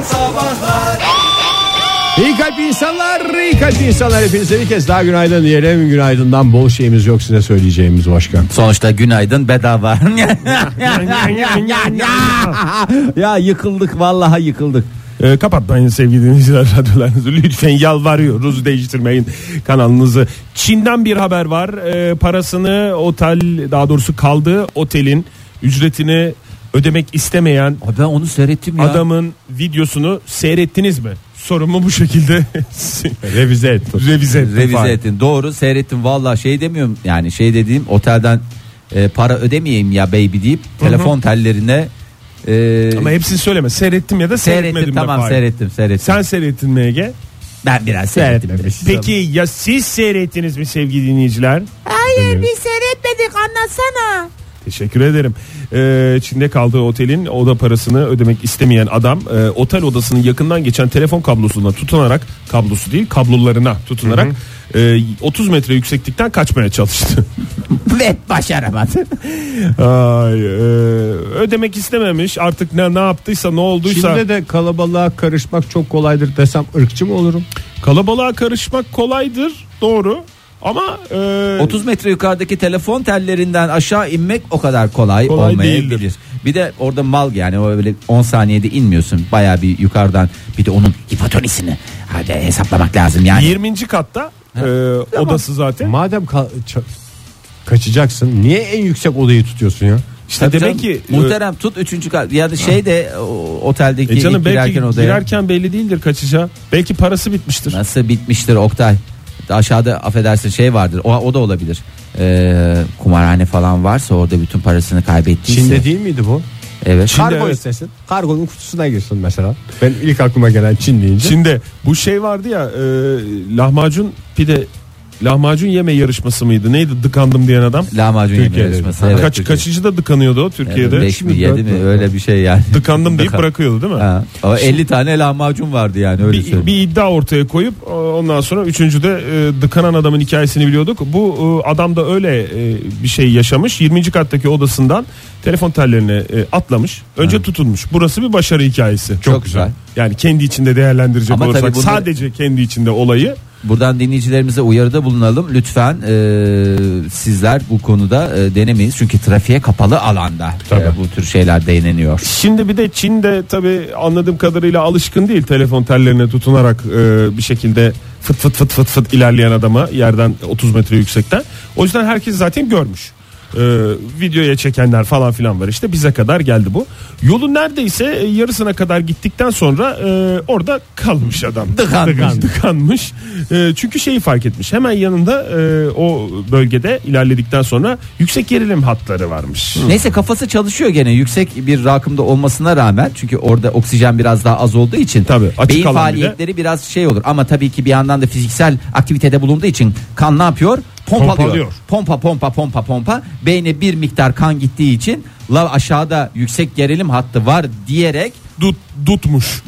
Sabahlar. İyi kalp insanlar hepinize bir kez daha günaydın diyelim. Günaydın'dan bol şeyimiz yok size söyleyeceğimiz başka. Sonuçta günaydın bedava. Ya yıkıldık, vallahi yıkıldık. Kapatmayın sevgili dinleyiciler radyolarınızı. Lütfen yalvarıyoruz, değiştirmeyin kanalınızı. Çin'den bir haber var. Parasını daha doğrusu kaldığı otelin ücretini ödemek istemeyen Ben onu seyrettim ya. adamın videosunu seyrettiniz mi? Sorumu bu şekilde Revize ettim. Revize ettin. Doğru, seyrettim. Vallahi şey demiyorum, yani şey dediğim otelden para ödemeyeyim ya baby deyip telefon tellerine ama hepsini söyleme. Seyrettim ya da seyretmedim. Tamam, seyrettim. Sen seyrettin mi Ege? Ben biraz seyrettim. Peki ya siz seyrettiniz mi sevgili dinleyiciler? Hayır, biz seyretmedik, anlatsana. Teşekkür ederim. Çin'de kaldığı otelin oda parasını ödemek istemeyen adam otel odasının yakından geçen telefon kablosuna tutunarak, kablosu değil kablolarına tutunarak 30 metre yükseklikten kaçmaya çalıştı. Ve başaramadı. Ödemek istememiş artık, ne yaptıysa, ne olduysa. Çin'de de kalabalığa karışmak çok kolaydır desem ırkçı mı olurum? Kalabalığa karışmak kolaydır, doğru. Ama 30 metre yukarıdaki telefon tellerinden aşağı inmek o kadar kolay olmayabilir. Değildir. Bir de orada mal, yani o böyle 10 saniyede inmiyorsun. Bayağı bir yukarıdan, bir de onun hipotonisini hesaplamak lazım yani. 20. katta odası zaten. Madem kaçacaksın niye en yüksek odayı tutuyorsun ya? İşte Tabii demek canım, ki muhterem tut 3. kat ya da şeyde oteldeki canım, belki girerken odaya. girerken belli değildir kaçacağı. Belki parası bitmiştir. Nasıl bitmiştir Oktay? Aşağıda affedersin şey vardır, o da olabilir. Kumarhane falan varsa orada bütün parasını kaybettiyse. Çin'de değil miydi bu? Evet. Kargo istesin. Kargonun kutusuna girsin mesela. Ben ilk aklıma gelen Çin deyince. Çin'de bu şey vardı ya, lahmacun pide, lahmacun yeme yarışması mıydı? Neydi dıkandım diyen adam? Lahmacun yeme yarışması. Evet, Kaçıncı da dıkanıyordu o Türkiye'de? 5 mi 7 mi öyle bir şey yani. Dıkandım deyip bırakıyordu değil mi? Ha. Ama 50 tane lahmacun vardı yani, öyle söyleyeyim. Bir iddia ortaya koyup ondan sonra üçüncüde dıkanan adamın hikayesini biliyorduk. Bu adam da öyle bir şey yaşamış. 20. kattaki odasından telefon tellerine atlamış. Önce tutulmuş. Burası bir başarı hikayesi. Çok güzel. Yani kendi içinde değerlendirecek ama olursak bunları, sadece kendi içinde olayı. Buradan dinleyicilerimize uyarıda bulunalım. Lütfen sizler bu konuda denemeyiz. Çünkü trafiğe kapalı alanda bu tür şeyler deneniyor. Şimdi bir de Çin'de tabii anladığım kadarıyla alışkın değil telefon tellerine tutunarak bir şekilde fıt fıt ilerleyen adama yerden 30 metre yüksekten. O yüzden herkes zaten görmüş. Videoya çekenler falan filan var, işte bize kadar geldi bu. Yolun neredeyse yarısına kadar gittikten sonra orada kalmış adam. Dıkanmış. Çünkü şeyi fark etmiş. Hemen yanında o bölgede ilerledikten sonra yüksek gerilim hatları varmış. Neyse, kafası çalışıyor gene yüksek bir rakımda olmasına rağmen. Çünkü orada oksijen biraz daha az olduğu için tabii, beyin faaliyetleri biraz şey olur. Ama tabii ki bir yandan da fiziksel aktivitede bulunduğu için kan ne yapıyor? Pompalıyor. Pompa. Beyne bir miktar kan gittiği için aşağıda yüksek gerilim hattı var diyerek durmuş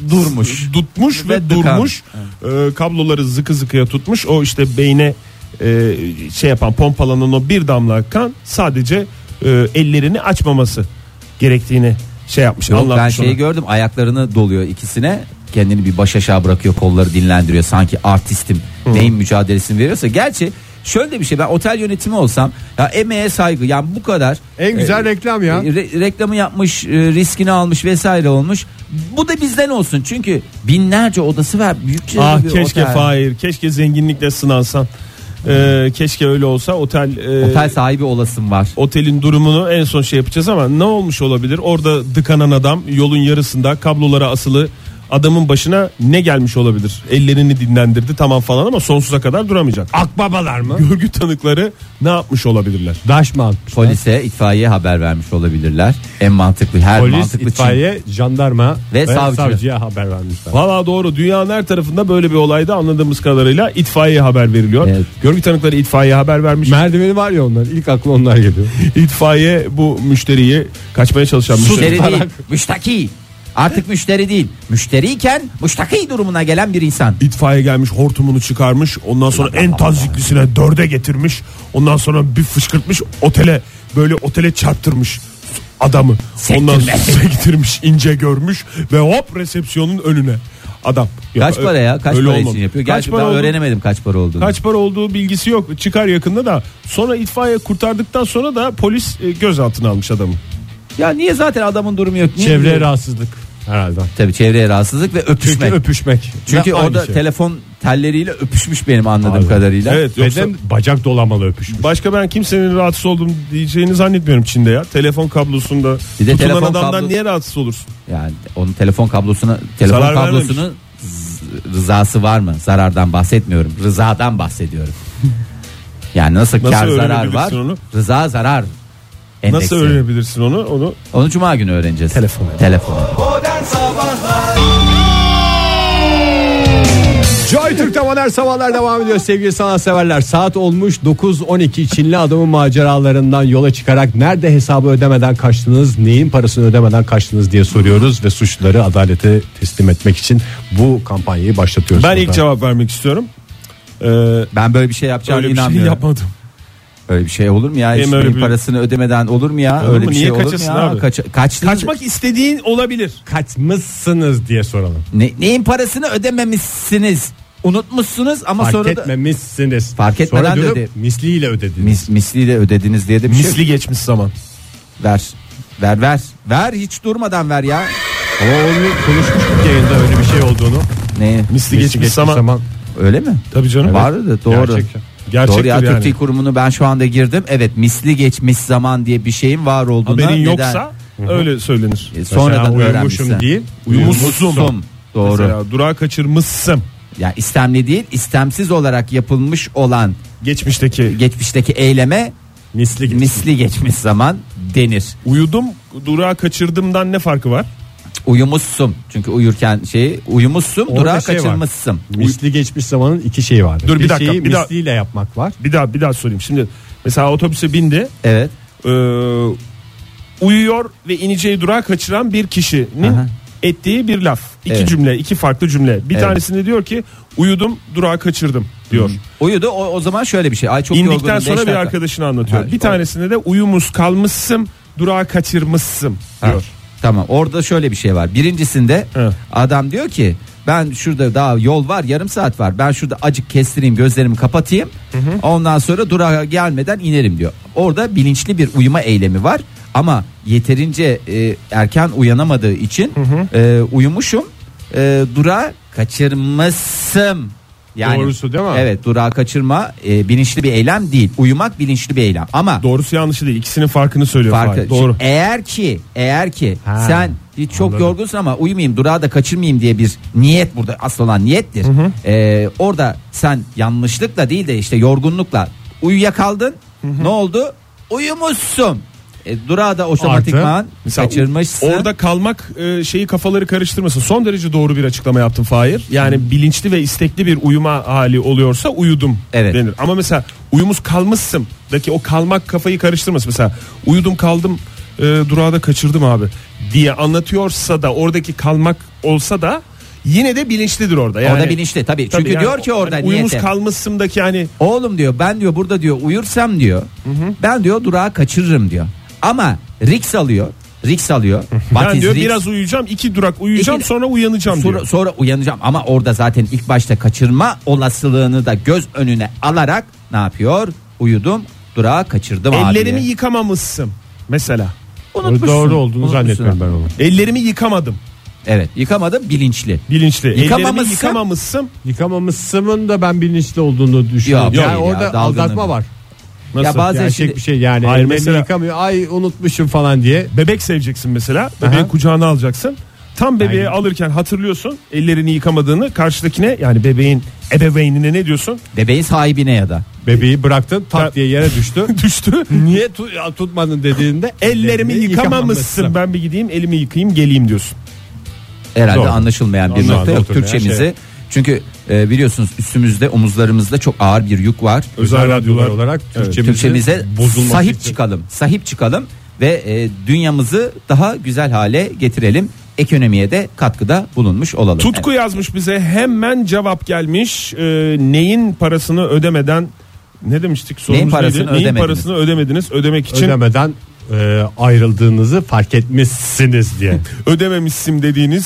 ve durmuş. Kabloları sıkıya tutmuş. O işte beyne şey yapan, pompalanan o bir damla kan sadece ellerini açmaması gerektiğini şey yapmış. Yok, ben şeyi gördüm, ayaklarını doluyor ikisine. Kendini bir baş aşağı bırakıyor, kolları dinlendiriyor. Sanki artistim beyin mücadelesini veriyorsa. Gerçi şöyle bir şey, ben otel yönetimi olsam ya, emeğe saygı, yani bu kadar en güzel reklam ya, reklamı yapmış, riskini almış vesaire olmuş, bu da bizden olsun çünkü binlerce odası var, büyükçe bir keşke otel. Fahir, keşke zenginlikle sınansan. Keşke öyle olsa. Otel sahibi olasın var. Otelin durumunu en son şey yapacağız ama ne olmuş olabilir? Orada dıkanan adam yolun yarısında kablolara asılı adamın başına ne gelmiş olabilir? Ellerini dinlendirdi tamam falan ama sonsuza kadar duramayacak. Akbabalar mı? Görgü tanıkları ne yapmış olabilirler? Daş mı atmışlar? Polise, itfaiyeye haber vermiş olabilirler. En mantıklı, her polis, mantıklı. itfaiye, jandarma ve savcıya haber vermişler. Valla doğru, dünyanın her tarafında böyle bir olayda anladığımız kadarıyla itfaiyeye haber veriliyor. Evet. Görgü tanıkları itfaiyeye haber vermiş. Merdiveni var ya onlar, ilk aklı onlar geliyor. İtfaiye bu müşteriyi, kaçmaya çalışan müşteri değil, müştaki. Artık müşteri değil, müşteriyken müştaki durumuna gelen bir insan. İtfaiye gelmiş, hortumunu çıkarmış, ondan sonra en taziklisine 4'e getirmiş, ondan sonra bir fışkırtmış, otele çarptırmış. adamı. Sektirme. Ondan sonra sektirmiş, ince görmüş ve hop resepsiyonun önüne. Adam. Kaç para ya? Kaç para olmadı. için yapıyor? Kaç Gerçi para ben oldu? öğrenemedim kaç para olduğunu. Kaç para olduğu bilgisi yok. Çıkar yakında da. Sonra itfaiye kurtardıktan sonra da polis gözaltına almış adamı. Ya niye zaten adamın durumu yok? Niye Çevreye diyor? rahatsızlık herhalde. Tabii çevreye rahatsızlık ve öpüşmek. Çünkü öpüşmek. Çünkü Ve aynı orada şey. telefon telleriyle öpüşmüş benim anladığım Aynen. kadarıyla. Evet, Ve yoksa de bacak dolamalı öpüşmüş. başka ben kimsenin rahatsız olduğum diyeceğini zannetmiyorum Çin'de ya. Telefon kablosunda Bir de tutulan telefon adamdan kablo- niye rahatsız olursun? Yani onun telefon Zarar kablosunun rızası var mı? Zarardan bahsetmiyorum. Rızadan bahsediyorum. Yani nasıl kar zarar var? öğrenebilirsin onu? Rıza zarar endeksi. Nasıl öğrenebilirsin onu? Onu cuma günü öğreneceğiz. Telefon. Joy Türk'te modern sabahlar devam ediyor sevgili sanatseverler. Saat olmuş 9:12. Çinli adamın maceralarından yola çıkarak nerede hesabı ödemeden kaçtınız, neyin parasını ödemeden kaçtınız diye soruyoruz ve suçluları adalete teslim etmek için bu kampanyayı başlatıyoruz. Ben burada. ilk cevap vermek istiyorum. Ben böyle bir şey yapacağını Öyle bir şey inanmıyorum. yapmadım. Öyle bir şey olur mu ya? Hiç Hem öyle neyin bir- parasını ödemeden olur mu ya? Olur Öyle mu? bir Niye şey olur mu kaçasın ya? abi? Kaçtınız. Kaçmak istediğin olabilir. Kaçmışsınız diye soralım. Neyin parasını ödememişsiniz? Unutmuşsunuz ama Fark sonra da etmemişsiniz. Fark etmeden Sonra diyorum, öde- misliyle ödediniz. misliyle ödediniz diye de bir şey Misli geçmiş zaman. ver hiç durmadan ver ya. Onu konuşmuştuk yayında öyle bir şey olduğunu. Ne? Misli geçmiş zaman. Öyle mi? Tabii canım. Vardı doğru. Gerçekten. Gerçektir Doğru ya, yani. Türk Dil Kurumu'nu ben şu anda girdim. Evet, misli geçmiş zaman diye bir şeyin var olduğuna Haberin neden? yoksa öyle söylenir. Sonradan Mesela öğrenmişsin. uyumuşum değil. Uyumuşsun. Doğru. Mesela durağı kaçırmışsın. Ya istemli değil, istemsiz olarak yapılmış olan geçmişteki eyleme misli geçmiş zaman denir. Uyudum, durağı kaçırdımdan ne farkı var? Uyumuşsun. Çünkü uyurken uyumuşsun, Orada durağı şey var. kaçırmışsın. Misli geçmiş zamanın iki şeyi vardır. Dur, bir dakika, şeyi bir daha. misliyle yapmak var. Bir daha sorayım. Şimdi mesela otobüse bindi. Evet. Uyuyor ve ineceği durağı kaçıran bir kişinin Aha. ettiği bir laf. İki Evet. cümle, iki farklı cümle. Bir Evet. tanesinde diyor ki uyudum, durağı kaçırdım diyor. Uyudu o zaman şöyle bir şey. Ay çok İndikten yorgunum, beş sonra bir dakika. arkadaşına anlatıyor. Ha, bir tanesinde de uyumus kalmışsın, durağı kaçırmışsın Ha, diyor. Tamam, orada şöyle bir şey var. Birincisinde Evet. adam diyor ki ben şurada daha yol var, yarım saat var. Ben şurada acık kestireyim, gözlerimi kapatayım. Ondan sonra durağa gelmeden inerim diyor. Orada bilinçli bir uyuma eylemi var. Ama erken uyanamadığı için uyumuşum, durağı kaçırmışım. Yani, Doğrusu değil mi? Evet, durağı kaçırma bilinçli bir eylem değil. Uyumak bilinçli bir eylem. Ama Doğrusu yanlışı değil. İkisinin farkını söylüyor. farkı. Fahir. Doğru. Şimdi eğer ki Ha, sen hiç çok anladım. yorgunsun ama uyumayayım, durağı da kaçırmayayım diye bir niyet, burada asıl olan niyettir. Orada sen yanlışlıkla değil de işte yorgunlukla uyuyakaldın. Ne oldu? Uyumuşsun. Durağı da otomatikman Mesela kaçırmışsın. orada kalmak şeyi kafaları karıştırmasın. Son derece doğru bir açıklama yaptın Fahir. Yani bilinçli ve istekli bir uyuma hali oluyorsa uyudum Evet. denir. Ama mesela uyumuz kalmışsındaki o kalmak kafayı karıştırmasın. Mesela uyudum kaldım durağı da kaçırdım abi diye anlatıyorsa da oradaki kalmak olsa da yine de bilinçlidir orada. Yani, Orada bilinçli tabii. Çünkü yani diyor ki orada hani uyumuz niyete. kalmışsındaki hani Oğlum diyor, ben diyor burada diyor uyursam diyor, ben diyor durağı kaçırırım diyor. Ama risk alıyor. ben diyor biraz uyuyacağım, 2 durak uyuyacağım, sonra uyanacağım diyor. Sonra uyanacağım ama orada zaten ilk başta kaçırma olasılığını da göz önüne alarak ne yapıyor? Uyudum, durağı kaçırdım abi. Ellerimi yıkamamışsın mesela. Unutmuşsun. Doğru olduğunu Unutmuşsun zannetmiyorum ben abi. onu. Ellerimi yıkamadım. Evet, yıkamadım, bilinçli. Bilinçli. Ellerimi Yıkamamışsın. yıkamamışsın. Yıkamamışsın da ben bilinçli olduğunu düşünüyorum. Yok, Yani yok ya, orada dalgınlık. aldatma var. Nasıl? Ya bazen Gerçek şimdi- bir şey yani. Hayır, Ellerini mesela- yıkamıyor. Ay unutmuşum falan diye. Bebek seveceksin mesela. Bebeği Aha. kucağına alacaksın. Tam bebeği Aynen. alırken hatırlıyorsun ellerini yıkamadığını, karşıdakine yani bebeğin ebeveynine ne diyorsun? Bebeğin sahibine ya da. Bebeği bıraktın tak diye yere düştü. Düştü. Niye tutmadın dediğinde Ellerimi yıkamamışsın, ben bir gideyim elimi yıkayayım geleyim diyorsun. Herhalde Doğru. anlaşılmayan bir Anladım, nokta yok oturmayan Türkçemizi. şey. Çünkü biliyorsunuz üstümüzde, omuzlarımızda çok ağır bir yük var. Özel radyolar olarak Türkçemize bozulması sahip için. çıkalım ve dünyamızı daha güzel hale getirelim. Ekonomiye de katkıda bulunmuş olalım. Tutku yazmış bize, hemen cevap gelmiş. Neyin parasını ödemeden ne demiştik? Sorumuz Neyin parasını neydi? Neyin ödemediniz? parasını ödemediniz? Ödemek için Ödemeden ayrıldığınızı fark etmişsiniz diye. Ödememişsim dediğiniz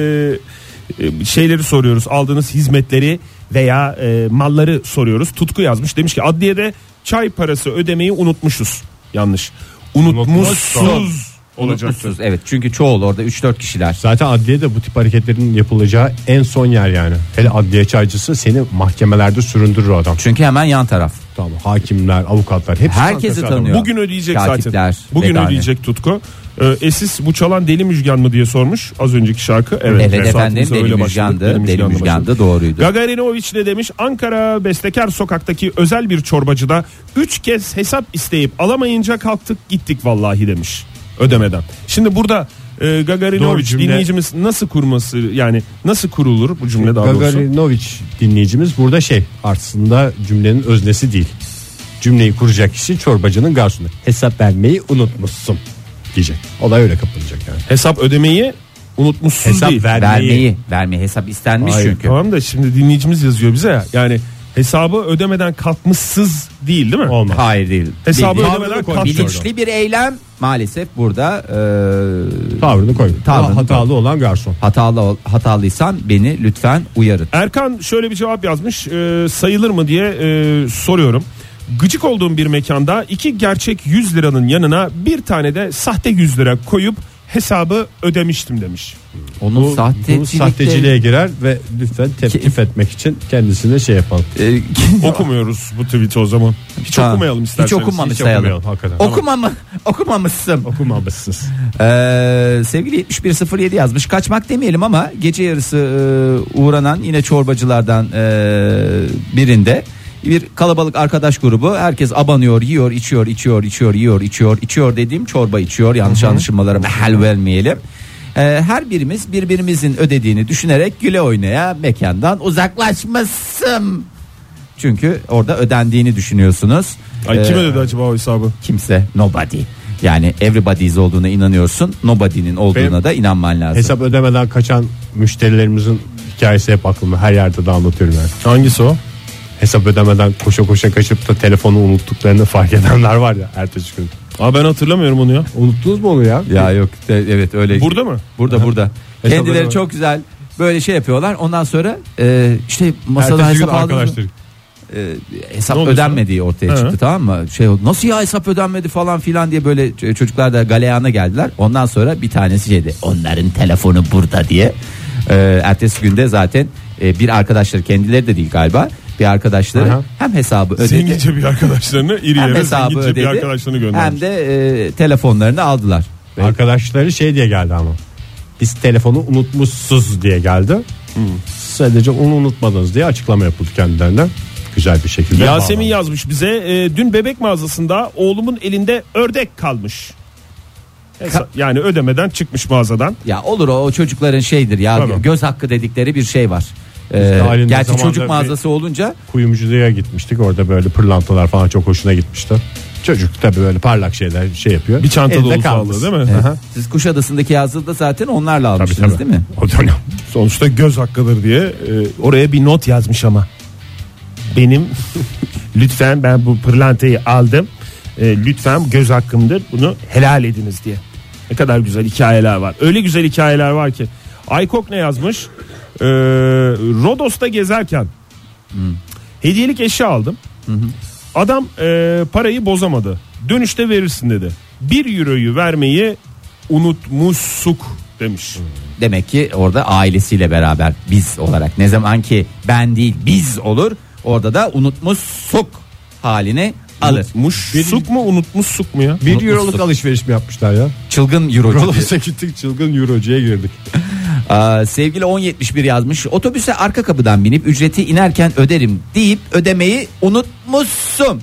şeyleri soruyoruz. Aldığınız hizmetleri veya malları soruyoruz. Tutku yazmış. Demiş ki adliyede çay parası ödemeyi unutmuşuz. Yanlış. Unutmuşsuz olacak. Evet, çünkü çoğul orada 3-4 kişiler. Zaten adliyede bu tip hareketlerin yapılacağı en son yer yani. Hele adliye çaycısı seni mahkemelerde süründürür adam. Çünkü hemen yan taraf. Tamam, hakimler, avukatlar hepsi herkesi tanıyor. Bugün ödeyecek Katipler, zaten. Bugün vegane. ödeyecek Tutku. Esis bu çalan Deli Müjgan mı diye sormuş az önceki şarkı. Evet efendim, Deli Müjgan'dı, doğruydu. Gagarinoviç ne demiş? Ankara Bestekar Sokak'taki özel bir çorbacıda 3 kez hesap isteyip alamayınca kalktık gittik vallahi demiş. Ödemeden. Şimdi burada Gagarinoviç dinleyicimiz nasıl kurması, yani nasıl kurulur bu cümle daha doğrusu? Gagarinoviç dinleyicimiz burada aslında cümlenin öznesi değil. Cümleyi kuracak kişi çorbacının garsonu. Hesap vermeyi unutmuşsun diyecek. Olay öyle kapanacak yani. Hesap ödemeyi unutmuşsun hesap değil. Vermeyi hesap istenmiş. Hayır, çünkü. Tamam da şimdi dinleyicimiz yazıyor bize ya. Yani hesabı ödemeden kalkmışsız değil mi? Olmaz. Hayır değil. Hesabı ödemeden kalkmış. Bilinçli bir eylem maalesef burada tavrını koy. Hatalı olan garson. Hatalıysan beni lütfen uyarın. Erkan şöyle bir cevap yazmış. Sayılır mı diye soruyorum. Gıcık olduğum bir mekanda 2 gerçek 100 liranın yanına bir tane de sahte 100 lira koyup hesabı ödemiştim demiş. Bu sahteciliğe girer ve lütfen tepkif etmek için kendisine yapalım. Okumuyoruz bu tweet'i o zaman. Hiç okumayalım isterseniz. Hiç okunmamış sayalım. Okumamışsın. Okumamışsınız. Sevgili 7107 yazmış. Kaçmak demeyelim ama gece yarısı uğranan yine çorbacılardan birinde bir kalabalık arkadaş grubu, herkes abanıyor, yiyor, içiyor dediğim çorba içiyor, yanlış anlaşılmalara mahal vermeyelim. Her birimiz birbirimizin ödediğini düşünerek güle oynaya mekandan uzaklaşmışsın. Çünkü orada ödendiğini düşünüyorsunuz. Kim ödedi acaba o hesabı? Kimse, nobody. Yani everybody's olduğuna inanıyorsun, nobody'nin olduğuna da inanman lazım. Hesap ödemeden kaçan müşterilerimizin hikayesi hep aklımda, her yerde de anlatıyorum yani. Hangisi o? Hesap ödemeden koşa kaçıp da telefonu unuttuklarını fark edenler var ya ertesi gün. Ben hatırlamıyorum onu ya. Unuttunuz mu onu ya? Ya yok, evet öyle. Burada mı? Burada. Kendileri çok güzel böyle yapıyorlar. Ondan sonra işte masada hesap arkadaşlar. Hesap ödenmediği ortaya çıktı, tamam mı? Nasıl ya hesap ödenmedi falan filan diye böyle çocuklar da galeyana geldiler. Ondan sonra bir tanesi onların telefonu burada diye. Ertesi günde zaten bir arkadaşları, kendileri de değil galiba, bir arkadaşları hem hesabı ödedi. Zengince bir arkadaşlarını, iri yere zengince bir arkadaşlarını göndermiş. Hem de telefonlarını aldılar. Arkadaşları diye geldi ama. Biz telefonu unutmuşsuz diye geldi. Sadece onu unutmadınız diye açıklama yapıldı kendilerinden. Güzel bir şekilde. Yasemin yazmış bize. Dün bebek mağazasında oğlumun elinde ördek kalmış. Yani ödemeden çıkmış mağazadan. Ya olur, o çocukların ya, tamam. Göz hakkı dedikleri bir şey var. Gerçi çocuk mağazası olunca kuyumcuya gitmiştik, orada böyle pırlantalar falan çok hoşuna gitmişti. Çocuk tabii böyle parlak şeyler yapıyor. Bir çanta dolusu aldı değil mi? Evet. Siz Kuşadası'ndaki yazıda zaten onlarla almıştınız tabii. Değil mi? O dönem. Sonuçta göz hakkıdır diye oraya bir not yazmış ama. Benim lütfen ben bu pırlantayı aldım. Lütfen göz hakkımdır, bunu helal ediniz diye. Ne kadar güzel hikayeler var. Öyle güzel hikayeler var ki. Aykok ne yazmış? Rodos'ta gezerken hediyelik eşya aldım. Adam parayı bozamadı. Dönüşte verirsin dedi. 1 euroyu vermeyi unutmuşsuk demiş. Demek ki orada ailesiyle beraber biz olarak, ne zaman ki ben değil biz olur, orada da unutmuşsuk haline alır. Unutmuşsuk mu unutmuşsuk mu ya? 1 euroluk alışveriş mi yapmışlar ya? Çılgın eurocu. Rodos'a gittik, çılgın eurocuya girdik. Sevgili 1071 yazmış. Otobüse arka kapıdan binip ücreti inerken öderim deyip ödemeyi unutmuşsun.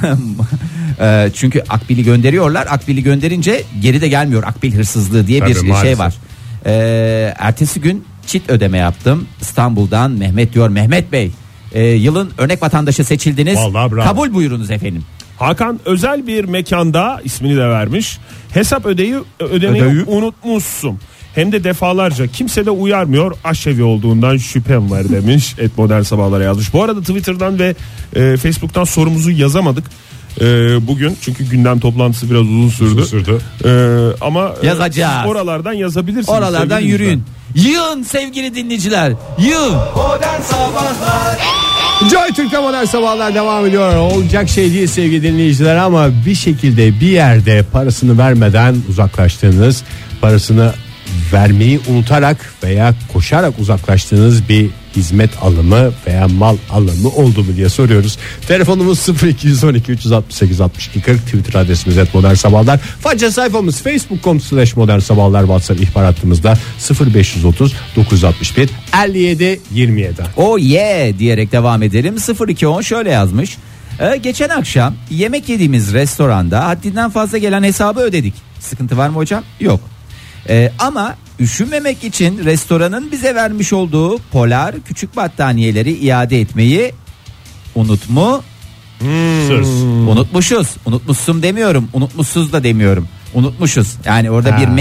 Çünkü akbili gönderiyorlar. Akbili gönderince geri de gelmiyor. Akbil hırsızlığı diye bir şey var. Ertesi gün çit ödeme yaptım. İstanbul'dan Mehmet diyor. Mehmet Bey, yılın örnek vatandaşı seçildiniz. Kabul buyurunuz efendim. Hakan özel bir mekanda, ismini de vermiş. Hesap ödemeyi unutmuşsun. Hem de defalarca, kimse de uyarmıyor, aşevi olduğundan şüphem var demiş. Modern Sabahlara yazmış. Bu arada Twitter'dan ve Facebook'tan sorumuzu yazamadık. bugün. Çünkü gündem toplantısı biraz uzun sürdü. Ama yazacağız. Oralardan yazabilirsiniz. Oralardan yürüyün. Yığın sevgili dinleyiciler. Yığın. Modern Sabahlar. Joy Türk'te Modern Sabahlar devam ediyor. Olacak şey değil sevgili dinleyiciler ama bir şekilde bir yerde parasını vermeden uzaklaştığınız, parasını vermeyi unutarak veya koşarak uzaklaştığınız bir hizmet alımı veya mal alımı oldu mu diye soruyoruz. Telefonumuz 0212 368 62 40, Twitter adresimiz @modernsabahlar. Faça sayfamız facebook.com/modernsabahlar, WhatsApp ihbar hattımızda 0530 961 57 27. Oh yeah diyerek devam edelim. 0210 şöyle yazmış. Geçen akşam yemek yediğimiz restoranda haddinden fazla gelen hesabı ödedik. Sıkıntı var mı hocam? Yok. Ama üşümemek için restoranın bize vermiş olduğu polar küçük battaniyeleri iade etmeyi unutmuşuz. Unutmuşsun demiyorum. Unutmuşsuz da demiyorum. Unutmuşuz. Yani orada bir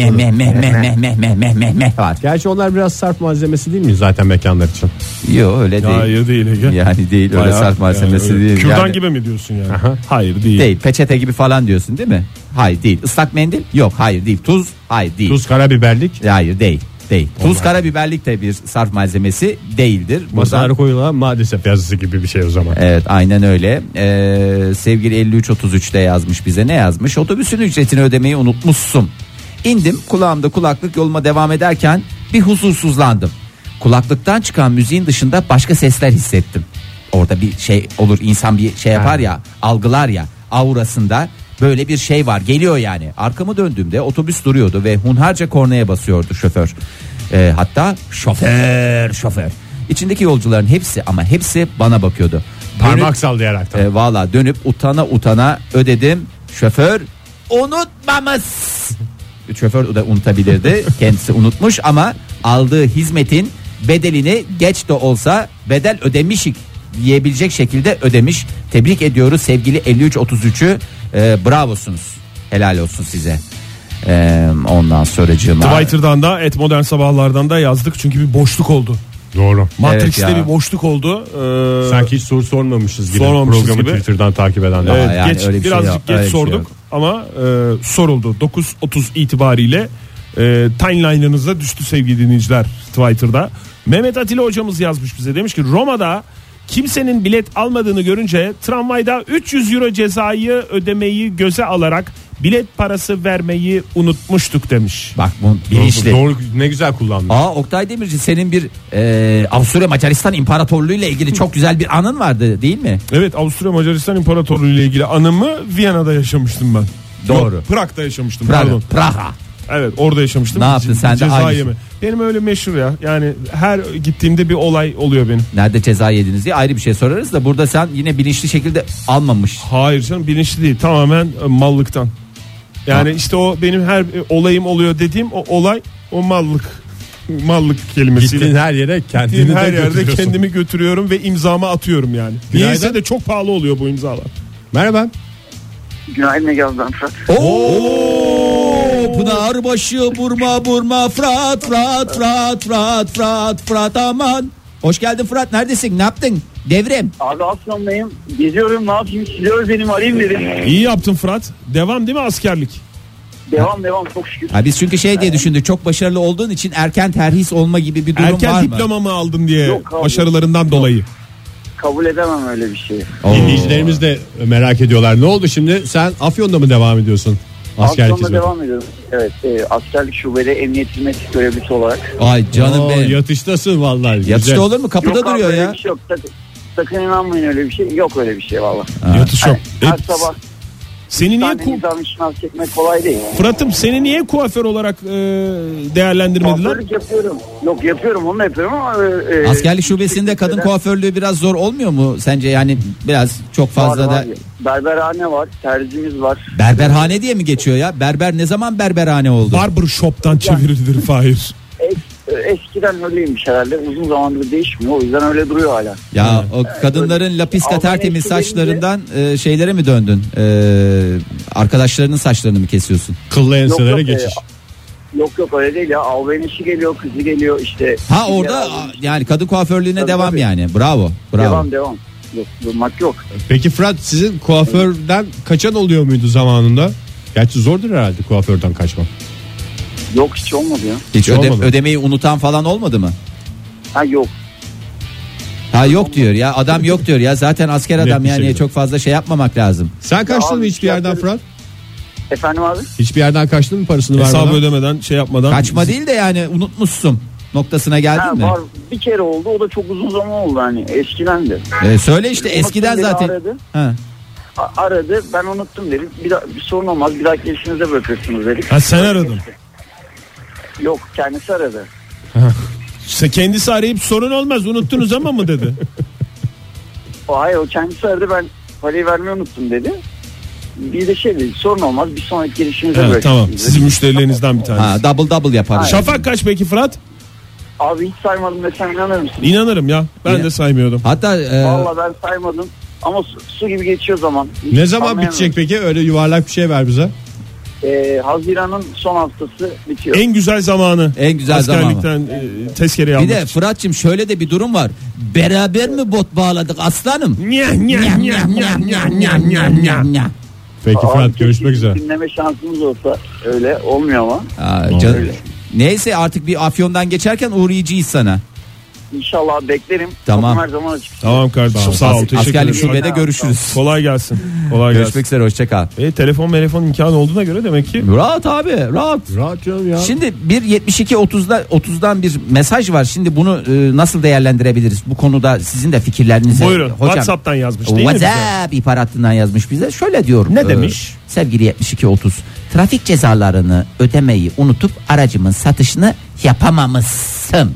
meh var. Gerçi onlar biraz sarf malzemesi değil mi zaten mekanlar için? Yok öyle değil. Hayır değil Ege. Yani değil öyle sarf malzemesi yani değil. Kürdan yani, gibi mi diyorsun yani? Aha. Hayır değil. Değil. Peçete gibi falan diyorsun değil mi? Hayır değil. Islak mendil? Yok hayır değil. Tuz? Hayır değil. Tuz, karabiberlik. Hayır değil. Tuz, karabiberlik de bir sarf malzemesi değildir. Masaya koyulan maalesef yazısı gibi bir şey o zaman. Evet aynen öyle. Sevgili 5333'te yazmış bize, ne yazmış? Otobüsün ücretini ödemeyi unutmuşsun. İndim, kulağımda kulaklık, yoluma devam ederken bir huzursuzlandım. Kulaklıktan çıkan müziğin dışında başka sesler hissettim. Orada bir şey olur, insan bir şey yapar ya, algılar ya, aurasında böyle bir şey var, geliyor yani. Arkamı döndüğümde otobüs duruyordu ve hunharca kornaya basıyordu şoför. Hatta şoför. İçindeki yolcuların hepsi bana bakıyordu. Parmak sallayarak. Valla dönüp utana ödedim. Şoför unutmamış. Şoför da unutabilirdi. Kendisi unutmuş ama aldığı hizmetin bedelini geç de olsa bedel ödemişik diyebilecek şekilde ödemiş. Tebrik ediyoruz sevgili 5333'ü. Bravosunuz. Helal olsun size. Ondan sonracığıma Twitter'dan da @modernsabahlardan da yazdık çünkü bir boşluk oldu. Doğru. Matrix'te Evet bir boşluk oldu. Sanki hiç soru sormamışız gibi. Programı gibi. Twitter'dan takip edenler. Evet. Yani birazcık geç sorduk ama soruldu. 9.30 itibariyle timeline'ınıza düştü sevgili dinleyiciler Twitter'da. Mehmet Atilla hocamız yazmış bize, demiş ki Roma'da kimsenin bilet almadığını görünce tramvayda 300 euro cezayı ödemeyi göze alarak bilet parası vermeyi unutmuştuk demiş. Bak bu bilinçli. Doğru, ne güzel kullandın. Oktay Demirci, senin bir Avusturya Macaristan İmparatorluğu ile ilgili çok güzel bir anın vardı değil mi? Evet, Avusturya Macaristan İmparatorluğu ile ilgili anımı Viyana'da yaşamıştım ben. Doğru. Yok, Prag'da yaşamıştım. Pardon. Praha. Evet, orada yaşamıştım. Ne yaptın sen de aynı? Benim öyle meşhur ya. Yani her gittiğimde bir olay oluyor benim. Nerede ceza yediniz diye ayrı bir şey sorarız da burada sen yine bilinçli şekilde almamış. Hayır canım, bilinçli değil, tamamen mallıktan. Yani işte o benim her olayım oluyor dediğim o olay, o mallık kelimesiyle. Gittiğin her yere kendini her yerde götürüyorsun. kendimi götürüyorum ve imzamı atıyorum yani. Günaydın. Niyeyse de çok pahalı oluyor bu imzalar. Merhaba. Günaydın Ege abi, ben Fırat. Pınarbaşı burma Fırat aman. Hoş geldin Fırat, neredesin, ne yaptın devrim? Abi Afyon'dayım, geziyorum, ne yapayım, size benim arayayım dedim. İyi yaptın Fırat. Devam değil mi askerlik? Devam çok şükür. Biz çünkü diye düşündük, çok başarılı olduğun için erken terhis olma gibi bir durum var mı? Erken diploma mı aldın diye, Yok abi. başarılarından dolayı. Kabul edemem öyle bir şey. Dinleyicilerimiz de merak ediyorlar. Ne oldu şimdi? Sen Afyon'da mı devam ediyorsun? Askerlik Afyon'da hizmeti. devam ediyorum. Evet, askerlik şubede emniyet hizmet görevlisi olarak. Ay canım benim. Yatıştasın vallahi. Yatışta Güzel. olur mu? Kapıda Yok abi, duruyor öyle ya. bir şey yok. Sakın inanmayın, öyle bir şey. Yok öyle bir şey valla. Yatış yok. Her sabah Seni niye nizam şınav çekmek kolay değil. Fırat'ım, seni niye kuaför olarak değerlendirmediler? Kuaförlük yapıyorum. Yok, yapıyorum, onu da yapıyorum ama... Askerlik şubesinde kadın kuaförlüğü biraz zor olmuyor mu sence? Yani biraz çok fazla var. da... Berberhane var, terzimiz var. Berberhane diye mi geçiyor ya? Berber ne zaman berberhane oldu? Barbershop'tan çevrildir Fahir. Eskiden öyleymiş herhalde, uzun zamandır değişmiyor, o yüzden öyle duruyor hala. Ya o kadınların lapiska Almanya tertemiz şubesinde- saçlarından şeylere mi döndün? Arkadaşlarının saçlarını mı kesiyorsun? Kıllı enselere Yok, geçiş. Yok öyle değil ya, albayın eşi geliyor, kızı geliyor işte. Ha orada yani kadın kuaförlüğüne Tabii, devam tabii. yani. Bravo. Devam. Yok, durmak yok. Peki Fırat, sizin kuaförden kaçan oluyor muydu zamanında? Gerçi zordur herhalde kuaförden kaçmak. Yok, hiç olmadı ya. Hiç olmadı. ödemeyi unutan falan olmadı mı? Ha yok. Ha yok diyor ya, adam yok diyor ya, zaten asker adam bir yani şekilde. çok fazla şey yapmamak lazım. Sen kaçtın abi, mı hiçbir yerden Fırat? Efendim abi? Hiçbir yerden kaçtın mı parasını Hesabı vermeden? ödemeden şey yapmadan. Kaçma değil de yani unutmuşsun noktasına geldin mi? Var, bir kere oldu, o da çok uzun zaman oldu hani, eskiden de. Söyle işte, eskiden Unuttum, zaten. beni aradı. Ha. Aradı, ben unuttum dedi. Bir sorun olmaz, bir dahaki işinize bırakırsınız dedik. Ha, sen aradın. Yok, kendisi aradı. Kendisi arayıp sorun olmaz unuttunuz ama mı dedi. Hayır, o kendisi aradı, ben parayı vermeyi unuttum dedi. Bir de şey dedi, sorun olmaz, bir sonraki girişinize Evet, bırakırsınız tamam, dedi. sizin müşterilerinizden bir tanesi. Ha, double yapar. Şafak kaç peki Fırat? Abi hiç saymadım desem inanır mısın? İnanırım ya, ben de saymıyordum. Hatta Vallahi ben saymadım ama su gibi geçiyor zaman. Ne zaman bitecek peki? Öyle yuvarlak bir şey ver bize. Haziran'ın son haftası bitiyor. En güzel zamanı. En güzel zamanı. Askerlikten tezkereyi bir almak de için. Fırat'cığım şöyle de bir durum var. Beraber mi bot bağladık aslanım? Peki Abi, Fırat, görüşmek üzere. Dinleme şansımız olsa, öyle olmuyor ama. Canım. Neyse, artık bir Afyon'dan geçerken uğrayacağız sana. İnşallah beklerim. Tamam. Kapım her zaman açık. Tamam kardeşim, sağ ol, teşekkür Askerlik ederim. şubede görüşürüz. Kolay gelsin. Kolay gelsin. Görüşmek üzere, hoşça kal. Telefon imkanı olduğuna göre demek ki. Rahat abi, rahat. Rahat canım ya. Şimdi bir 72-30'dan bir mesaj var. Şimdi bunu nasıl değerlendirebiliriz? Bu konuda sizin de fikirlerinizi. Buyurun, WhatsApp'tan yazmış değil mi bize? WhatsApp ihbar hattından yazmış bize. Şöyle diyor. Ne demiş? Sevgili 72-30, trafik cezalarını ödemeyi unutup aracımın satışını yapamamışsın.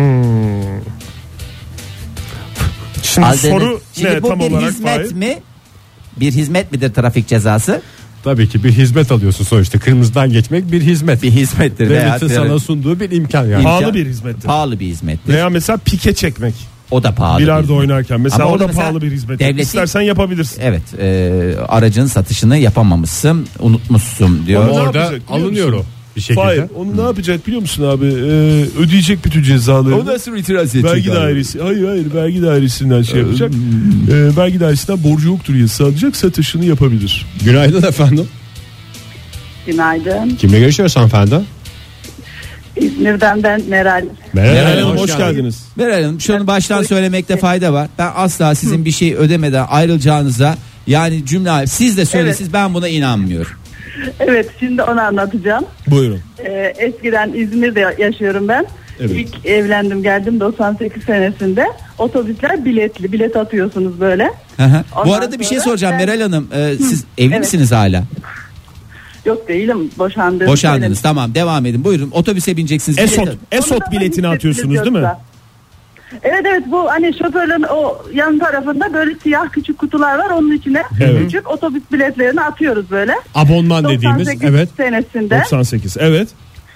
Şimdi soru Şimdi ne bu tam bir olarak? hizmet Fahir? mi? Bir hizmet midir trafik cezası? Tabii ki bir hizmet alıyorsun sonuçta. Kırmızıdan geçmek bir hizmet. Bir hizmettir. Devletin sana sunduğu bir imkan yani. Pahalı bir hizmettir. Pahalı bir hizmettir. Veya mesela pike çekmek. O da pahalı. Bilardo oynarken mesela Ama o da orada mesela pahalı bir hizmet. devletin- İstersen yapabilirsin. Evet, aracın satışını yapamamışsın, unutmuşsun diyor. Onu ne Orada yapacak biliyor alınıyor musun? o bir şekilde. Hayır, onu ne yapacak biliyor musun abi? Ödeyecek bütün cezaları. nasıl itiraz edecek? Vergi dairesi. Hayır, vergi dairesinden şey yapacak. Vergi dairesinden borcu yoktur diye sağlayacak, satışını yapabilir. Günaydın efendim. Günaydın. Kimle görüşüyoruz hanımefendi? İzmir'den ben Meral. Meral Hanım, hoş hoş geldiniz. geldiniz. Meral Hanım, şunu baştan söylemekte fayda var. Ben asla sizin bir şey ödemeden ayrılacağınıza, yani cümle siz de söylesiniz, ben buna inanmıyorum. Evet, şimdi onu anlatacağım. Buyurun. Eskiden İzmir'de yaşıyorum ben. Evet. İlk evlendim geldim 98 senesinde. Otobüsler biletli. Bilet atıyorsunuz böyle. Hı hı. Bu Ondan arada bir şey sonra soracağım ben- Meral Hanım. Siz evli Evet. misiniz hala? Yok değilim, boşandım. Boşandınız, tamam, devam edin. Buyurun, otobüse bineceksiniz. Esot biletini atıyorsunuz değil mi? Evet, bu hani şoförlerin o yan tarafında böyle siyah küçük kutular var, onun içine Evet. küçük otobüs biletlerini atıyoruz böyle. Abonman dediğimiz, 98 evet. senesinde 98, evet.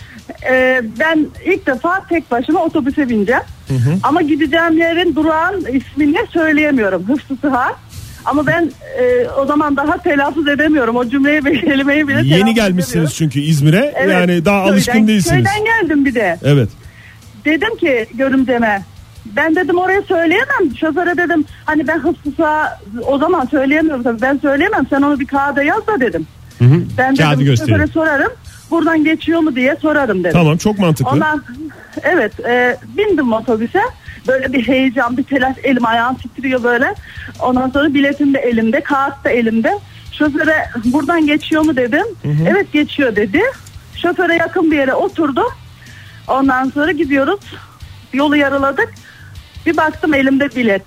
ben ilk defa tek başıma otobüse bineceğim. Ama gideceğim yerin durağın ismini söyleyemiyorum. Hıfzı Sıha. Ama ben o zaman daha telaffuz edemiyorum. O cümleyi bir kelimeyi bile Yeni telaffuz gelmişsiniz edemiyorum. çünkü İzmir'e. Evet, Yani daha alışkın köyden- değilsiniz. Köyden geldim bir de. Evet. Dedim ki görümceme, ben dedim oraya söyleyemem. Şoföre dedim hani ben Hıfzı Sıha o zaman söyleyemiyorum tabii. Ben söyleyemem, sen onu bir kağıda yaz da dedim. Ben Kağıdı dedim gösterin. şoföre sorarım. Buradan geçiyor mu diye sorarım dedim. Tamam, çok mantıklı. Ondan evet, bindim otobüse, böyle bir heyecan, bir telaş, elim ayağım titriyor böyle. Ondan sonra biletim de elimde, kağıt da elimde. Şoföre buradan geçiyor mu dedim. Evet geçiyor dedi. Şoföre yakın bir yere oturdu. Ondan sonra gidiyoruz, yolu yarıladık. Bir baktım elimde bilet.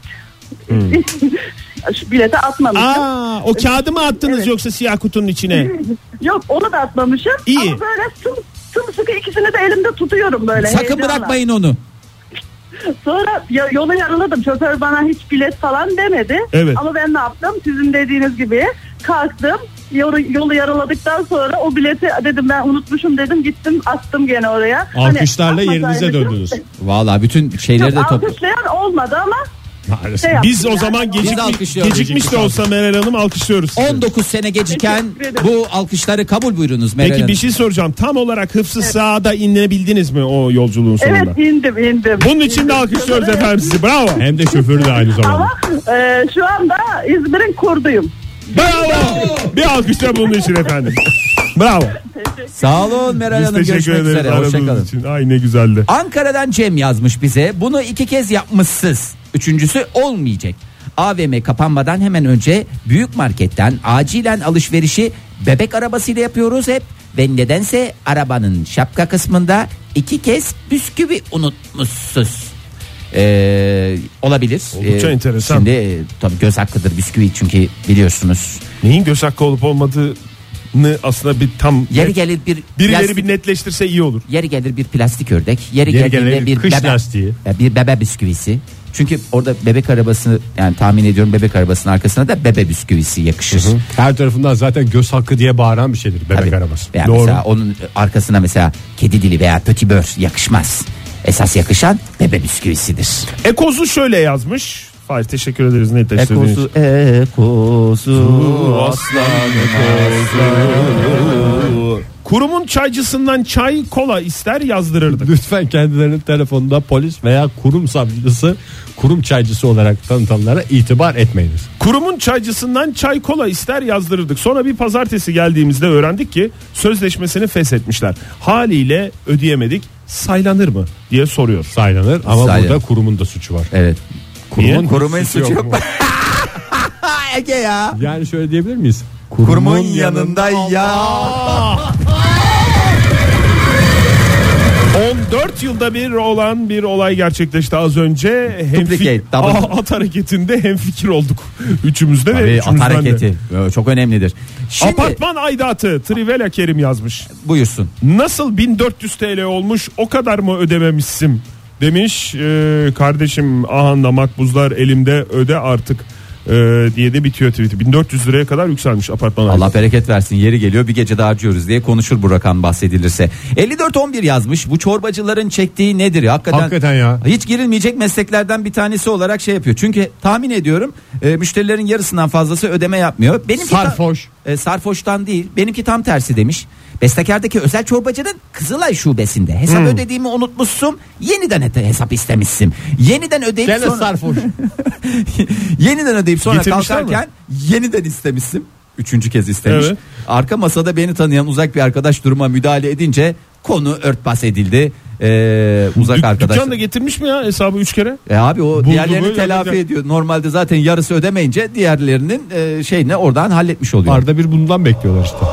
Şu bileti atmamışım. O kağıdı mı attınız Evet. yoksa siyah kutunun içine? Yok, onu da atmamışım. İyi. Ama böyle sımsıkı ikisini de elimde tutuyorum böyle. Sakın heyecanla. bırakmayın onu. Sonra yolu yarıladım. Şoför bana hiç bilet falan demedi. Evet. Ama ben ne yaptım? Sizin dediğiniz gibi kalktım. Yolu yarıladıktan sonra o bileti dedim ben unutmuşum dedim. Gittim attım gene oraya. Alkışlarla Hani yerinize atmasaymışım. döndünüz. Vallahi bütün şeyleri de Yok, toplu. alkışlayan olmadı ama Biz o zaman gecikmiş de olsa Meral Hanım alkışlıyoruz sizi. 19 sene geciken bu alkışları kabul buyurunuz Meral Hanım. Peki bir şey soracağım. Tam olarak hıfzı sağda inebildiniz mi o yolculuğun sonunda? Evet indim. Bunun için de alkışlıyoruz efendim sizi. Bravo. Hem de şoförü de aynı zamanda. Ama şu anda İzmir'in kurduyum. Bravo. Bir alkış da bunun için efendim. Bravo. Sağ olun Meral Hanım, görüşmek üzere. Hoşçakalın. Ay ne güzeldi. Ankara'dan Cem yazmış bize. Bunu 2 kez yapmışsınız. Üçüncüsü olmayacak. AVM kapanmadan hemen önce büyük marketten acilen alışverişi bebek arabasıyla yapıyoruz hep. Ve nedense arabanın şapka kısmında 2 kez bisküvi unutmuşsunuz. Olabilir. Oldukça enteresan. Şimdi tabii göz hakkıdır bisküvi, çünkü biliyorsunuz. Neyin göz hakkı olup olmadığını aslında bir tam Yeri gelir birileri bir netleştirse iyi olur. Yeri gelir bir plastik ördek, yeri gelir gelir bir kış bebe, lastiği. bir bebe bisküvisi. Çünkü orada bebek arabası, yani tahmin ediyorum bebek arabasının arkasına da bebe bisküvisi yakışır. Her tarafından zaten göz hakkı diye bağıran bir şeydir bebek Tabii. arabası. Veya Doğru. mesela onun arkasına mesela kedi dili veya pötibör yakışmaz. Esas yakışan bebe bisküvisidir. Ekozu şöyle yazmış. Fahir teşekkür ederiz netleştirdiğiniz için. Ekozu aslan ekozu. Kurumun çaycısından çay kola ister yazdırırdık. Lütfen kendilerinin telefonunda polis veya kurum savcısı, kurum çaycısı olarak tanıtanlara itibar etmeyiniz. Kurumun çaycısından çay kola ister yazdırırdık. Sonra bir pazartesi geldiğimizde öğrendik ki sözleşmesini feshetmişler. Haliyle ödeyemedik. Saylanır mı diye soruyor. Saylanır ama burada kurumun da suçu var. Evet. Kurumun suçu yok mu? Ege ya. Yani şöyle diyebilir miyiz? Kurumun yanında ya. 14 yılda bir olan bir olay gerçekleşti az önce. At hareketinde hemfikir olduk. Üçümüzde de. At hareketi çok önemlidir. Şimdi, apartman aidatı Trivela Kerim yazmış. Buyursun. Nasıl 1400 TL olmuş, o kadar mı ödememişsin demiş. Kardeşim ahanda makbuzlar elimde, öde artık diye de bitiyor tweet'i. 1400 liraya kadar yükselmiş apartman aidatı. Allah bereket versin, yeri geliyor bir gece daha harcıyoruz diye konuşur bu rakam bahsedilirse. 5411 yazmış, bu çorbacıların çektiği nedir ya? Hakikaten ya. Hiç girilmeyecek mesleklerden bir tanesi olarak şey yapıyor. Çünkü tahmin ediyorum müşterilerin yarısından fazlası ödeme yapmıyor. Sarhoş. Sarhoştan değil, benimki tam tersi demiş. Bestekerdeki özel çorbacının Kızılay şubesinde hesap ödediğimi unutmuşsun, yeniden hesap istemişsin. Yeniden ödeyip gene sonra sarhoş. yeniden ödeyip sonra Getirmişler kalkarken yeniden istemişsin. Üçüncü kez istemiş. Evet. Arka masada beni tanıyan uzak bir arkadaş duruma müdahale edince konu örtbas edildi. Uzak arkadaş. Dükkan da getirmiş mi ya hesabı 3 kere? Abi o diğerlerini böyle telafi ediyor. Normalde zaten yarısı ödemeyince diğerlerinin şeyini oradan halletmiş oluyor. Arada bir bundan bekliyorlar işte.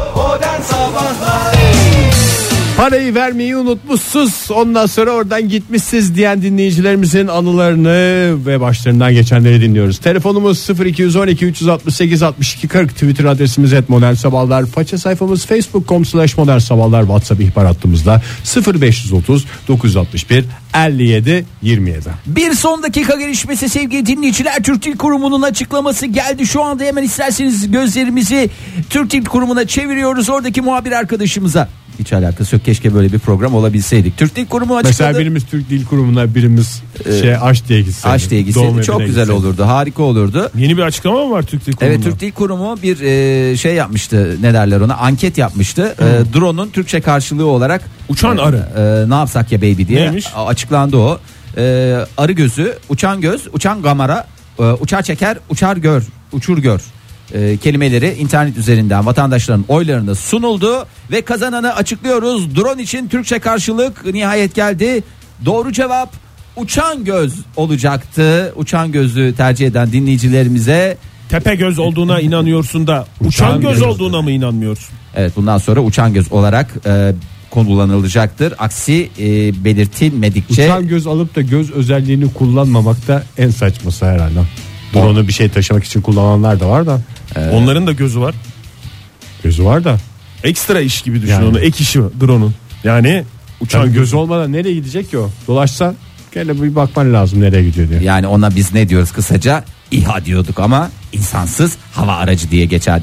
Parayı vermeyi unutmuşsuz, ondan sonra oradan gitmişsiz diyen dinleyicilerimizin anılarını ve başlarından geçenleri dinliyoruz. Telefonumuz 0212 368 62 40, Twitter adresimiz @modernsabahlar, faça sayfamız facebook.com/modernsabahlar, WhatsApp ihbar hattımızda 0530 961 57 27. Bir son dakika gelişmesi sevgili dinleyiciler, Türk Dil Kurumu'nun açıklaması geldi. Şu anda hemen isterseniz gözlerimizi Türk Dil Kurumu'na çeviriyoruz, oradaki muhabir arkadaşımıza. Hiç alakası yok, keşke böyle bir program olabilseydik. Türk Dil Kurumu açıkladı. Mesela birimiz Türk Dil Kurumu'na, birimiz aş diye gitseydi. Aş diye gitseydi çok güzel gitseydi. olurdu, harika olurdu. Yeni bir açıklama mı var Türk Dil Kurumu'nda? Evet, Türk Dil Kurumu bir şey yapmıştı, ne derler ona, anket yapmıştı. Drone'un Türkçe karşılığı olarak uçan arı. Ne yapsak ya baby diye. Neymiş? Açıklandı o. Arı gözü, uçan göz, uçan kamera, uçar çeker, uçar gör, uçur gör. Kelimeleri internet üzerinden vatandaşların oylarına sunuldu ve kazananı açıklıyoruz. Drone için Türkçe karşılık nihayet geldi. Doğru cevap uçan göz olacaktı. Uçan gözü tercih eden dinleyicilerimize, tepe göz olduğuna inanıyorsun da uçan göz olduğuna mı inanmıyorsun? Evet, bundan sonra uçan göz olarak kullanılacaktır. Aksi belirtilmedikçe. Uçan göz alıp da göz özelliğini kullanmamak da en saçması herhalde. Drone'u bir şey taşımak için kullananlar da var da. Onların da gözü var. Gözü var da. Ekstra iş gibi düşün Yani. onu. Ek işi drone'un. Yani uçan Göz olmadan nereye gidecek ki o? Dolaşsan gene bir bakman lazım nereye gidiyor diye. Yani ona biz ne diyoruz kısaca? İHA diyorduk ama insansız hava aracı diye geçerdi.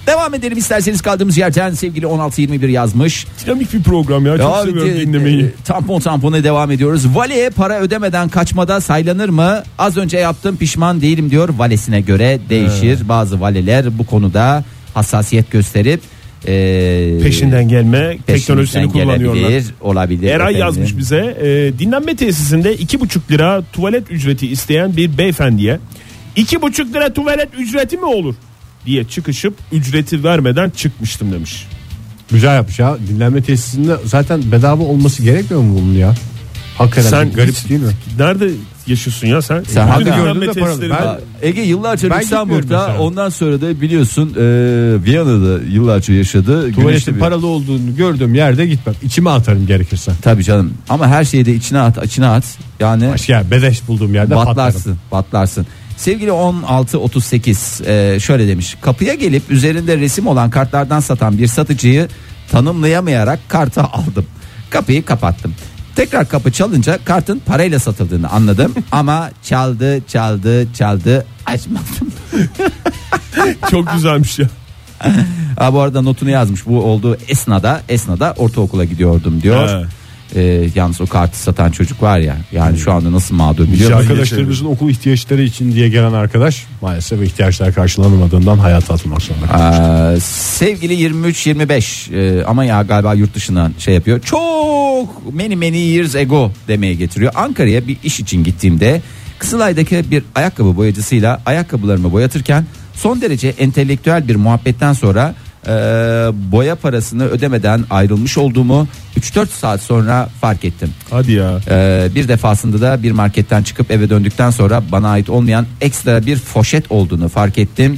Devam edelim isterseniz kaldığımız yerden. Sevgili 1621 yazmış. Dinamik bir program ya. Çok seviyorum dinlemeyi. Tampona devam ediyoruz. Valeye para ödemeden kaçmada saylanır mı? Az önce yaptım, pişman değilim diyor. Valesine göre değişir. Bazı valeler bu konuda hassasiyet gösterip peşinden gelme teknolojisini kullanıyorlar. Olabilir. Eray efendim yazmış bize. Dinlenme tesisinde 2,5 lira tuvalet ücreti isteyen bir beyefendiye 2,5 lira tuvalet ücreti mi olur diye çıkışıp ücreti vermeden çıkmıştım demiş. Güzel yapmış ya. Dinlenme tesisinde zaten bedava olması gerekmiyor mu bunun ya? Hakikaten sen garip değil mi? Nerede yaşıyorsun ya sen? Sen hangi gördün de para? Ege yıllarca Ben Lüksemburg'da, ondan sonra da biliyorsun Viyana'da yıllarca yaşadı. Tuvaletin paralı olduğunu gördüğüm yerde gitmem. İçime atarım gerekirse. Tabii canım. Ama her şeyi de içine at. Yani başka bedeş bulduğum yerde patlarsın. Sevgili 1638 şöyle demiş. Kapıya gelip üzerinde resim olan kartlardan satan bir satıcıyı tanımlayamayarak kartı aldım. Kapıyı kapattım. Tekrar kapı çalınca kartın parayla satıldığını anladım. Ama çaldı açmadım. Çok güzelmiş ya. Bu arada notunu yazmış. Bu olduğu esnada ortaokula gidiyordum diyor. Yalnız o kartı satan çocuk var ya, yani şu anda nasıl mağdur biliyor musun? Arkadaşlarımızın okul ihtiyaçları için diye gelen arkadaş maalesef ihtiyaçlar karşılanamadığından hayata atılmak zorunda. Sevgili 23-25 ama ya galiba yurt dışından şey yapıyor. Çok many years ago demeye getiriyor. Ankara'ya bir iş için gittiğimde Kızılay'daki bir ayakkabı boyacısıyla ayakkabılarımı boyatırken son derece entelektüel bir muhabbetten sonra boya parasını ödemeden ayrılmış olduğumu 3-4 saat sonra fark ettim. Hadi ya. Bir defasında da bir marketten çıkıp eve döndükten sonra bana ait olmayan ekstra bir poşet olduğunu fark ettim.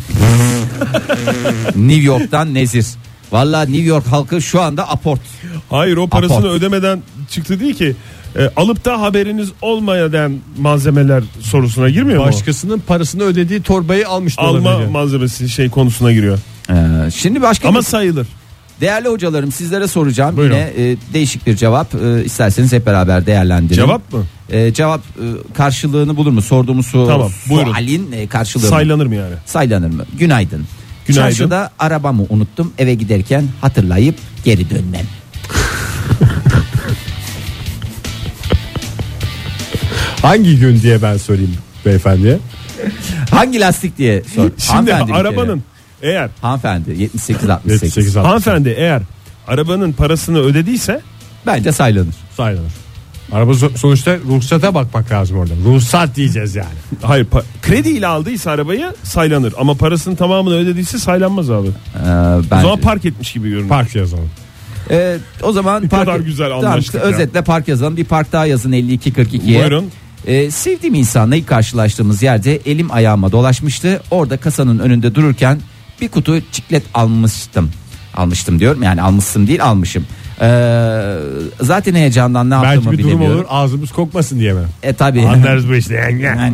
New York'tan nezir. Vallahi New York halkı şu anda aport. Hayır, o parasını ödemeden çıktı değil ki. Alıp da haberiniz olmayan malzemeler sorusuna girmiyor mu? Başkasının parasını ödediği torbayı almış. Alma malzemesi konusuna giriyor. Şimdi başka ama sayılır. Değerli hocalarım, sizlere soracağım. Buyurun. Yine değişik bir cevap. İsterseniz hep beraber değerlendirelim. Cevap mı? Cevap karşılığını bulur mu? Sorduğumuz sualin karşılığı saylanır mı yani? Saylanır mı? Günaydın. Günaydın. Çarşıda arabamı unuttum. Eve giderken hatırlayıp geri dönmem. Hangi gün diye ben sorayım beyefendiye. Hangi lastik diye sor. Şimdi arabanın eğer hanımefendi 78-68 hanımefendi eğer arabanın parasını ödediyse bence saylanır. Araba sonuçta ruhsata bakmak lazım orada. Ruhsat diyeceğiz yani. Hayır, krediyle aldıysa arabayı saylanır ama parasının tamamını ödediyse saylanmaz abi. O zaman park etmiş gibi görünüyor. Park yazalım. O zaman kadar güzel anlaştık. Özetle park yazalım. Bir park daha yazın 52-42'ye. Buyurun. Sevdiğim insanla ilk karşılaştığımız yerde elim ayağıma dolaşmıştı. Orada kasanın önünde dururken bir kutu çiklet almıştım diyorum, yani almışsın değil, almışım. Zaten heyecandan ne yaptığımı bilemiyorum. Belki bir durum bilemiyorum. olur, ağzımız kokmasın diye mi? Tabii. Anlarız bu işte.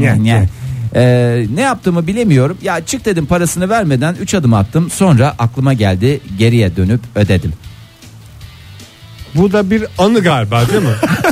Ne yaptığımı bilemiyorum. Ya çık dedim, parasını vermeden 3 adım attım. Sonra aklıma geldi, geriye dönüp ödedim. Bu da bir anı galiba değil mi?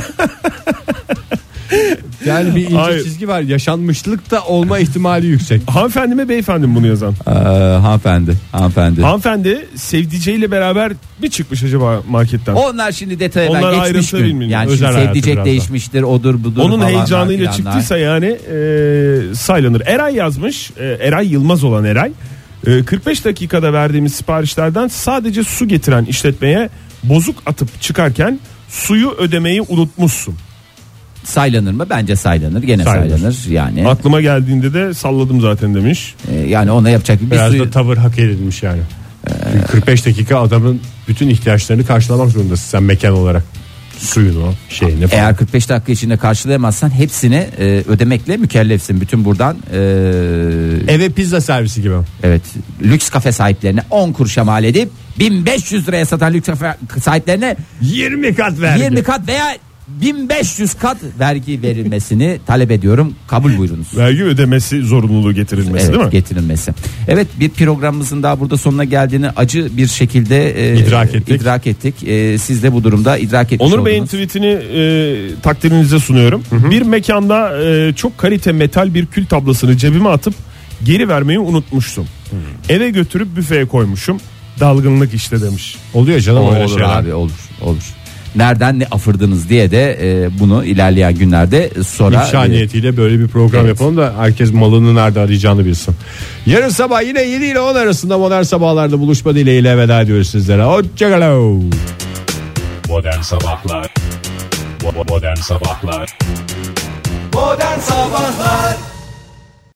Yani bir ince çizgi var. Yaşanmışlık da olma ihtimali yüksek. Hanımefendi mi beyefendi mi bunu yazan? Hanımefendi. Hanımefendi sevdiceğiyle beraber bir çıkmış acaba marketten. Onlar şimdi detaya ben Onlar geçmiş gün. bilmiyorum. Yani şimdi sevdicek değişmiştir, odur budur. Onun falan heyecanıyla çıktıysa yani saylanır. Eray yazmış. Eray Yılmaz olan Eray. 45 dakikada verdiğimiz siparişlerden sadece su getiren işletmeye bozuk atıp çıkarken suyu ödemeyi unutmuşsun. Saylanır mı? Bence saylanır. Gene saylanır yani. Aklıma geldiğinde de salladım zaten demiş. Yani ona yapacak bir biraz suyu... da tavır hak edilmiş yani. 45 dakika adamın bütün ihtiyaçlarını karşılamak zorundasın sen mekan olarak. Suyunu, şeyini falan. Eğer 45 dakika içinde karşılayamazsan hepsini ödemekle mükellefsin. Bütün buradan eve pizza servisi gibi. Evet, lüks kafe sahiplerine 10 kuruşa mal edip 1500 liraya satan lüks kafe sahiplerine 20 kat vergi. 20 kat veya 1500 kat vergi verilmesini talep ediyorum. Kabul buyurunuz. Vergi ödemesi zorunluluğu getirilmesi, değil mi? Getirilmesi. Evet, bir programımızın daha burada sonuna geldiğini acı bir şekilde idrak ettik. Siz de bu durumda idrak etmiş Onur oldunuz. Bey'in tweetini takdirinize sunuyorum. Hı-hı. Bir mekanda çok kalite metal bir kül tablasını cebime atıp geri vermeyi unutmuştum. Eve götürüp büfeye koymuşum. Dalgınlık işte demiş. Oluyor canım öyle Olur şeyler. abi, olur. Nereden ne afırdınız diye de bunu ilerleyen günlerde sonra İfşa niyetiyle böyle bir program Evet. yapalım da herkes malını nerede arayacağını bilsin. Yarın sabah yine 7 ile 10 arasında Modern Sabahlar'da buluşma dileğiyle veda ediyoruz sizlere. Hoşçakalın. Modern Sabahlar. Modern Sabahlar. Modern Sabahlar